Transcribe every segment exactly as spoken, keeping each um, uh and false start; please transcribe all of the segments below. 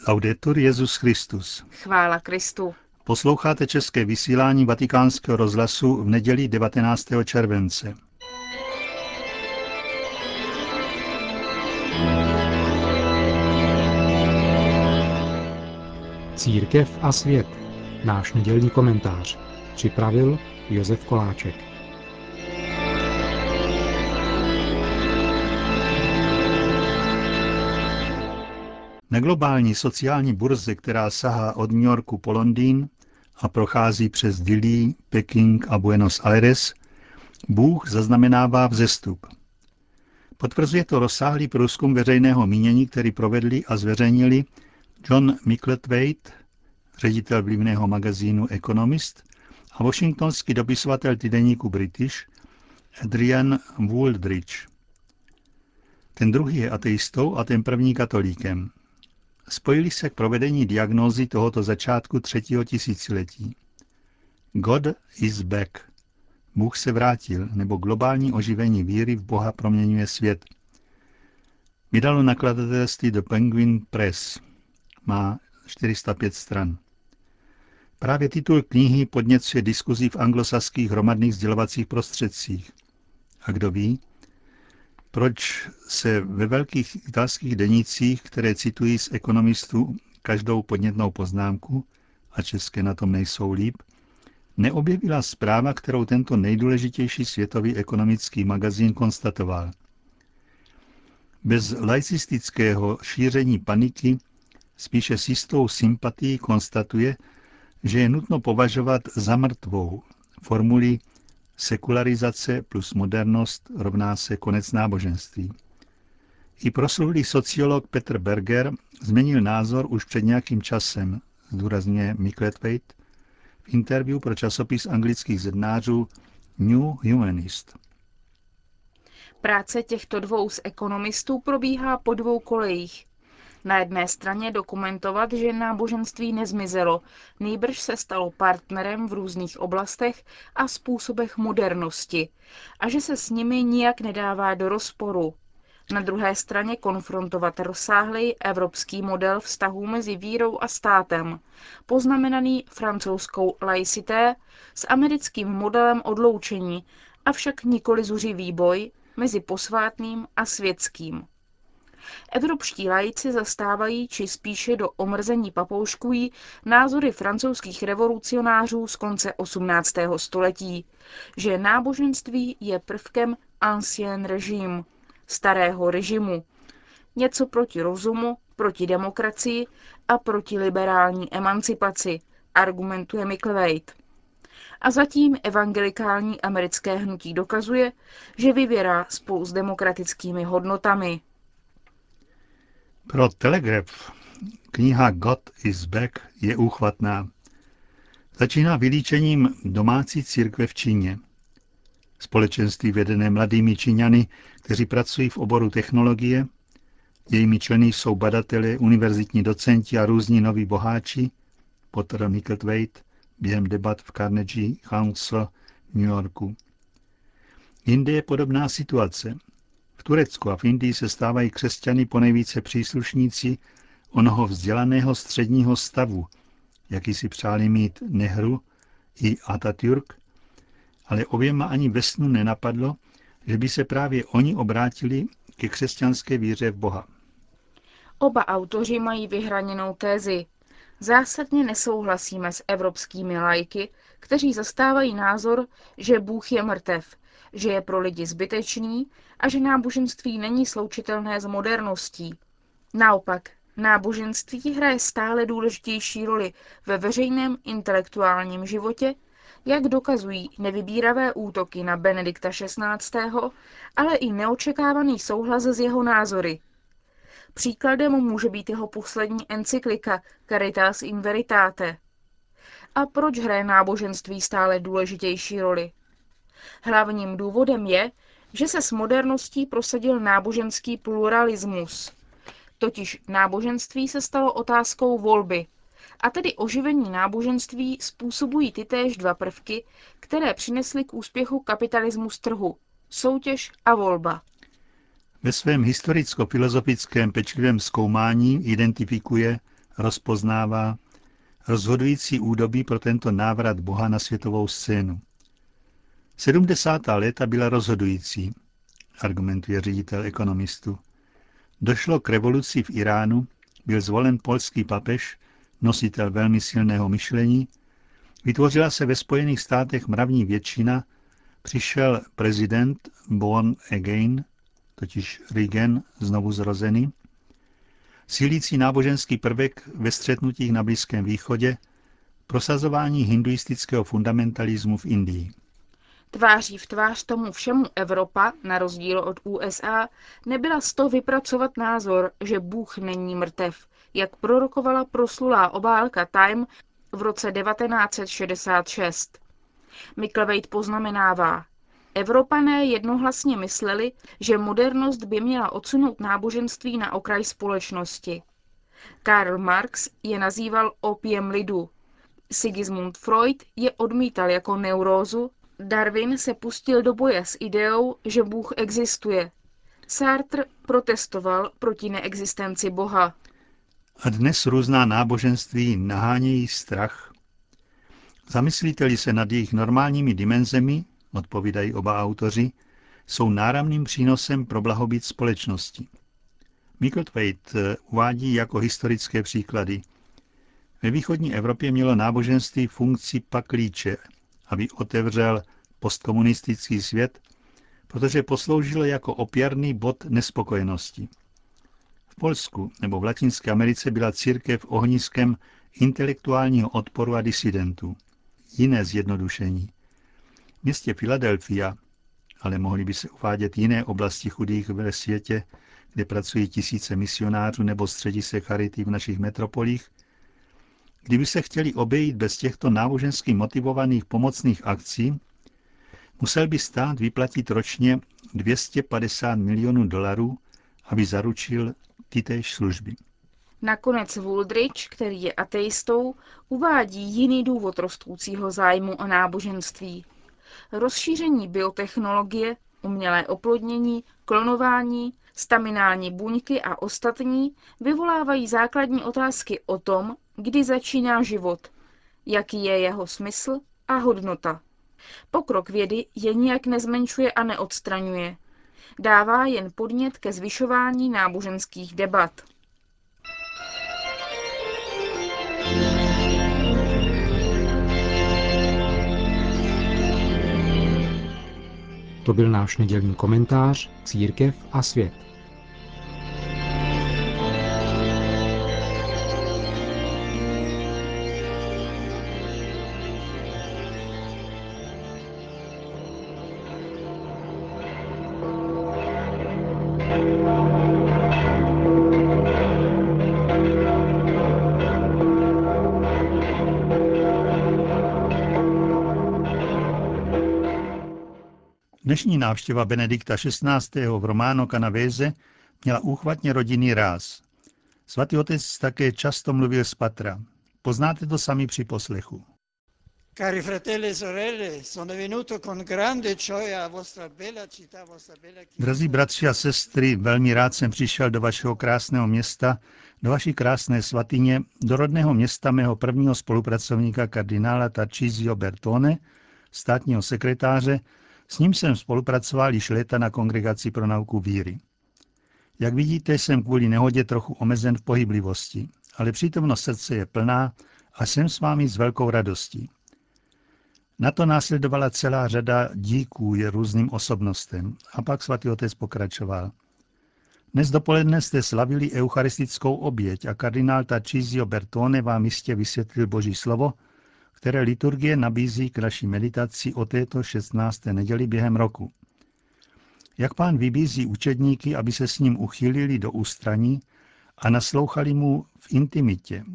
Laudetur Jesus Christus. Chvála Kristu. Posloucháte české vysílání Vatikánského rozhlasu v neděli devatenáctého července. Církev a svět. Náš nedělní komentář. Připravil Josef Koláček. Na globální sociální burze, která sahá od New Yorku po Londýn a prochází přes Dillí, Peking a Buenos Aires, Bůh zaznamenává vzestup. Potvrzuje to rozsáhlý průzkum veřejného mínění, který provedli a zveřejnili John Micklethwaite, ředitel vlivného magazínu Economist, a washingtonský dopisovatel týdeníku British Adrian Wooldridge. Ten druhý je ateistou a ten první katolíkem. Spojili se k provedení diagnózy tohoto začátku třetího tisíciletí. God is back. Bůh se vrátil, nebo globální oživení víry v Boha proměňuje svět. Vydalo nakladatelství The Penguin Press. Má čtyři sta pět stran. Právě titul knihy podněcuje diskuzi v anglosaských hromadných sdělovacích prostředcích. A kdo ví, proč se ve velkých italských denících, které citují z ekonomistů každou podnětnou poznámku, a české na tom nejsou líp, neobjevila zpráva, kterou tento nejdůležitější světový ekonomický magazín konstatoval. Bez laicistického šíření paniky spíše s jistou sympatií konstatuje, že je nutno považovat za mrtvou formuli sekularizace plus modernost rovná se konec náboženství. I proslulý sociolog Peter Berger změnil názor už před nějakým časem, zdůrazňuje Micklethwaite, v interview pro časopis anglických zednářů New Humanist. Práce těchto dvou z ekonomistů probíhá po dvou kolejích. Na jedné straně dokumentovat, že náboženství nezmizelo, nýbrž se stalo partnerem v různých oblastech a způsobech modernosti a že se s nimi nijak nedává do rozporu. Na druhé straně konfrontovat rozsáhlý evropský model vztahů mezi vírou a státem, poznamenaný francouzskou laicité s americkým modelem odloučení, avšak nikoli zuřivý boj mezi posvátným a světským. Evropští laici zastávají, či spíše do omrzení papouškují, názory francouzských revolucionářů z konce osmnáctého století, že náboženství je prvkem ancien režim, starého režimu, něco proti rozumu, proti demokracii a proti liberální emancipaci, argumentuje Micklethwaite. A zatím evangelikální americké hnutí dokazuje, že vyvěrá spolu s demokratickými hodnotami. Pro Telegraph kniha God is back je úchvatná. Začíná vylíčením domácí církve v Číně. Společenství vedené mladými Číňany, kteří pracují v oboru technologie, jejími členy jsou badatelé, univerzitní docenti a různí noví boháči, podtrhl Micklethwaite během debat v Carnegie Council v New Yorku. Jinde je podobná situace. V Turecku a v Indii se stávají křesťany ponejvíce příslušníci onoho vzdělaného středního stavu, jaký si přáli mít Nehru i Atatürk, ale oběma ani ve snu nenapadlo, že by se právě oni obrátili ke křesťanské víře v Boha. Oba autoři mají vyhraněnou tézi. Zásadně nesouhlasíme s evropskými laiky, kteří zastávají názor, že Bůh je mrtev, že je pro lidi zbytečný a že náboženství není sloučitelné s moderností. Naopak, náboženství hraje stále důležitější roli ve veřejném intelektuálním životě, jak dokazují nevybíravé útoky na Benedikta šestnáctého, ale i neočekávaný souhlas s jeho názory. Příkladem může být jeho poslední encyklika Caritas in Veritate. A proč hraje náboženství stále důležitější roli? Hlavním důvodem je, že se s moderností prosadil náboženský pluralismus. Totiž náboženství se stalo otázkou volby. A tedy oživení náboženství způsobují tytéž dva prvky, které přinesly k úspěchu kapitalismus trhu. Soutěž a volba. Ve svém historicko-filozofickém pečlivém zkoumání identifikuje rozpoznává rozhodující údobí pro tento návrat Boha na světovou scénu. sedmdesátá léta byla rozhodující, argumentuje ředitel Ekonomistu. Došlo k revoluci v Iránu, byl zvolen polský papež, nositel velmi silného myšlení, vytvořila se ve Spojených státech mravní většina, přišel prezident born again, totiž Reagan, znovu zrozený, sílící náboženský prvek ve střetnutích na Blízkém východě, prosazování hinduistického fundamentalismu v Indii. Tváří v tvář tomu všemu Evropa, na rozdíl od U S A, nebyla z toho vypracovat názor, že Bůh není mrtev, jak prorokovala proslulá obálka Time v roce devatenáct set šedesát šest. Mickleweight poznamenává, Evropané jednohlasně mysleli, že modernost by měla odsunout náboženství na okraj společnosti. Karl Marx je nazýval opiem lidu. Sigismund Freud je odmítal jako neurózu, Darwin se pustil do boje s ideou, že Bůh existuje. Sartre protestoval proti neexistenci Boha. A dnes různá náboženství nahánějí strach. Zamyslíte-li se nad jejich normálními dimenzemi, odpovídají oba autoři, jsou náramným přínosem pro blahobyt společnosti. Mickleweight uvádí jako historické příklady. Ve východní Evropě mělo náboženství funkci paklíče, aby otevřel postkomunistický svět, protože posloužilo jako opěrný bod nespokojenosti. V Polsku nebo v Latinské Americe byla církev ohniskem intelektuálního odporu a disidentů. Jiné zjednodušení. V městě Filadelfia, ale mohly by se uvádět jiné oblasti chudých ve světě, kde pracují tisíce misionářů nebo středisek charity v našich metropolích, kdyby se chtěli obejít bez těchto nábožensky motivovaných pomocných akcí, musel by stát vyplatit ročně dvě stě padesát milionů dolarů, aby zaručil tytéž služby. Nakonec Wooldridge, který je ateistou, uvádí jiný důvod rostoucího zájmu o náboženství. Rozšíření biotechnologie, umělé oplodnění, klonování, staminální buňky a ostatní vyvolávají základní otázky o tom, kdy začíná život, jaký je jeho smysl a hodnota. Pokrok vědy je nijak nezmenšuje a neodstraňuje. Dává jen podnět ke zvyšování náboženských debat. To byl náš nedělní komentář Církev a svět. Dnešní návštěva Benedikta šestnáctého v Romano Canavese měla úchvatně rodinný ráz. Svatý otec také často mluvil z patra. Poznáte to sami při poslechu. Cari fratelli e sorelle, sono venuto con grande gioia a vostra bella città, vostra bella chiesa. Drazí bratři a sestry, velmi rád jsem přišel do vašeho krásného města, do vaší krásné svatyně, do rodného města mého prvního spolupracovníka kardinála Tarcisio Bertone, státního sekretáře, s ním jsem spolupracoval již léta na Kongregaci pro nauku víry. Jak vidíte, jsem kvůli nehodě trochu omezen v pohyblivosti, ale přítomnost srdce je plná a jsem s vámi s velkou radostí. Na to následovala celá řada díků je různým osobnostem a pak svatý otec pokračoval. Dnes dopoledne jste slavili eucharistickou oběť a kardinál Tarcisio Bertone vám jistě vysvětlil Boží slovo, které liturgie nabízí k naší meditaci o této šestnácté neděli během roku. Jak pán vybízí učedníky, aby se s ním uchýlili do ústraní a naslouchali mu v intimitě.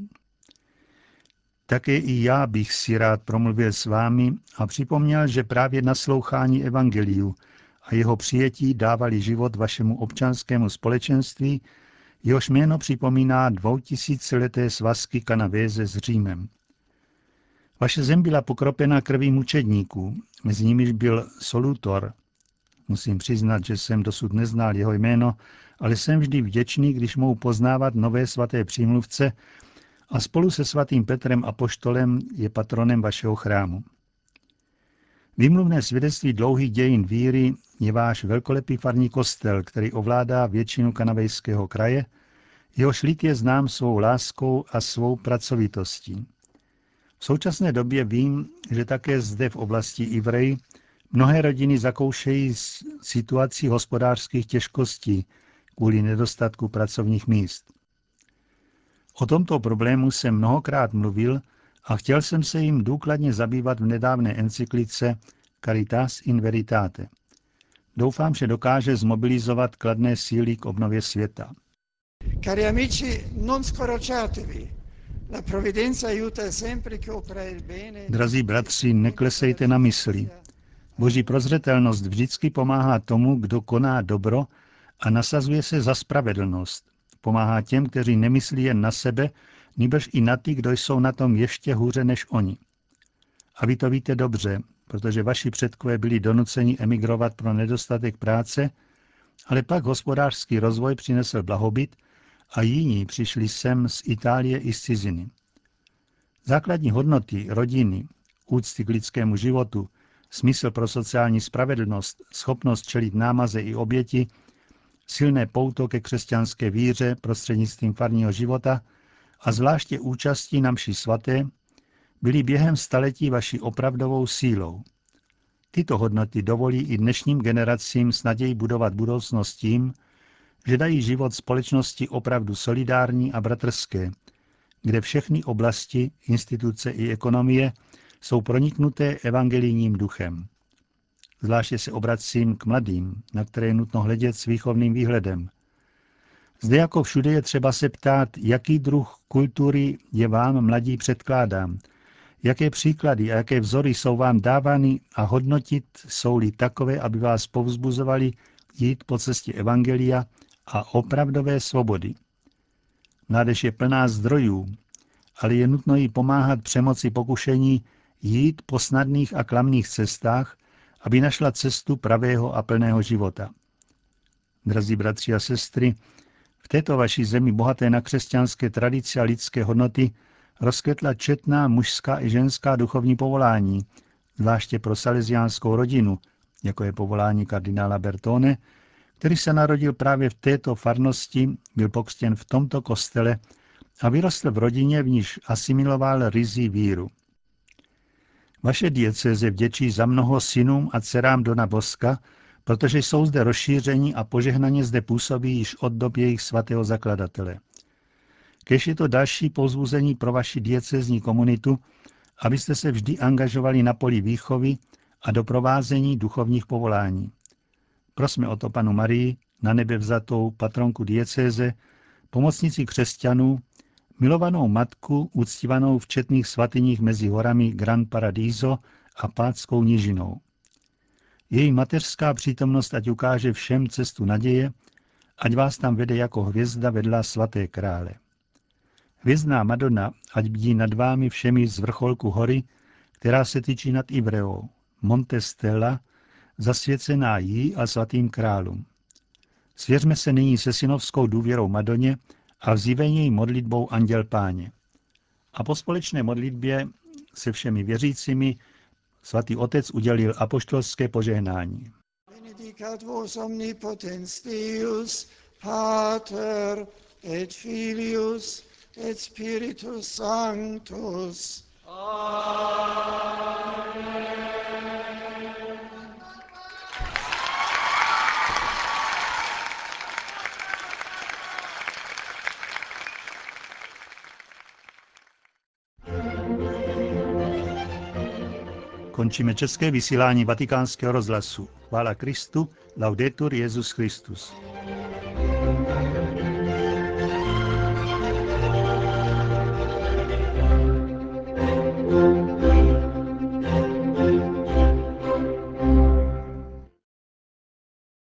Také i já bych si rád promluvil s vámi a připomněl, že právě naslouchání evangeliu a jeho přijetí dávali život vašemu občanskému společenství, jehož jméno připomíná dvoutisícileté svazky Canavese s Římem. Vaše zem byla pokropena krví mučedníků, mezi nimiž byl Solutor. Musím přiznat, že jsem dosud neznal jeho jméno, ale jsem vždy vděčný, když mohu poznávat nové svaté přímluvce, a spolu se svatým Petrem apoštolem je patronem vašeho chrámu. Výmluvné svědectví dlouhých dějin víry je váš velkolepý farní kostel, který ovládá většinu Kanavejského kraje, jehož lid je znám svou láskou a svou pracovitostí. V současné době vím, že také zde v oblasti Ivrej mnohé rodiny zakoušejí situací hospodářských těžkostí kvůli nedostatku pracovních míst. O tomto problému jsem mnohokrát mluvil a chtěl jsem se jim důkladně zabývat v nedávné encyklice Caritas in Veritate. Doufám, že dokáže zmobilizovat kladné síly k obnově světa. Cari amici, non scoraggiatevi. La provvidenza aiuta sempre chi opera il bene. Drazí bratři, neklesejte na mysli. Boží prozřetelnost vždycky pomáhá tomu, kdo koná dobro a nasazuje se za spravedlnost. Pomáhá těm, kteří nemyslí jen na sebe, nýbrž i na ty, kdo jsou na tom ještě hůře než oni. A vy to víte dobře, protože vaši předkové byli donuceni emigrovat pro nedostatek práce, ale pak hospodářský rozvoj přinesl blahobyt a jiní přišli sem z Itálie i z ciziny. Základní hodnoty rodiny, úcty k lidskému životu, smysl pro sociální spravedlnost, schopnost čelit námaze i oběti, silné pouto ke křesťanské víře prostřednictvím farního života a zvláště účastí na mši svaté byly během staletí vaší opravdovou sílou. Tyto hodnoty dovolí i dnešním generacím s nadějí budovat budoucnost tím, že dají život společnosti opravdu solidární a bratrské, kde všechny oblasti, instituce i ekonomie jsou proniknuté evangelijním duchem. Zvláště se obracím k mladým, na které je nutno hledět s výchovným výhledem. Zde jako všude je třeba se ptát, jaký druh kultury je vám, mladí, předkládám, jaké příklady a jaké vzory jsou vám dávány a hodnotit jsou-li takové, aby vás povzbuzovali jít po cestě evangelia a opravdové svobody. Mládež je plná zdrojů, ale je nutno jí pomáhat přemoci pokušení jít po snadných a klamných cestách, aby našla cestu pravého a plného života. Drazí bratři a sestry, v této vaší zemi bohaté na křesťanské tradice a lidské hodnoty rozkvetla četná mužská i ženská duchovní povolání, zvláště pro salesiánskou rodinu, jako je povolání kardinála Bertone, který se narodil právě v této farnosti, byl pokřtěn v tomto kostele a vyrostl v rodině, v níž asimiloval ryzí víru. Vaše diecéze vděčí za mnoho synům a dcerám Dona Boska, protože jsou zde rozšíření a požehnaně zde působí již od dob jejich svatého zakladatele. Kéž je to další povzbuzení pro vaši diecézní komunitu, abyste se vždy angažovali na poli výchovy a doprovázení duchovních povolání. Prosme o to Panu Marii, na nebe vzatou patronku diecéze, pomocnici křesťanů, milovanou matku, uctívanou v četných svatyních mezi horami Gran Paradiso a Pátskou nížinou. Její mateřská přítomnost ať ukáže všem cestu naděje, ať vás tam vede jako hvězda vedla svaté krále. Hvězdná Madonna ať bdí nad vámi všemi z vrcholku hory, která se tyčí nad Ivreou, Monte Stella, zasvěcená jí a svatým králům. Svěřme se nyní se synovskou důvěrou Madoně a vzývejme její modlitbou Anděl Páně. A po společné modlitbě se všemi věřícími svatý otec udělil apoštolské požehnání. Benedicat vos omnipotens Deus, Pater et Filius et Spiritus Sanctus. Amen. Končíme české vysílání Vatikánského rozhlasu. Chvála Kristu, laudetur Jesus Christus.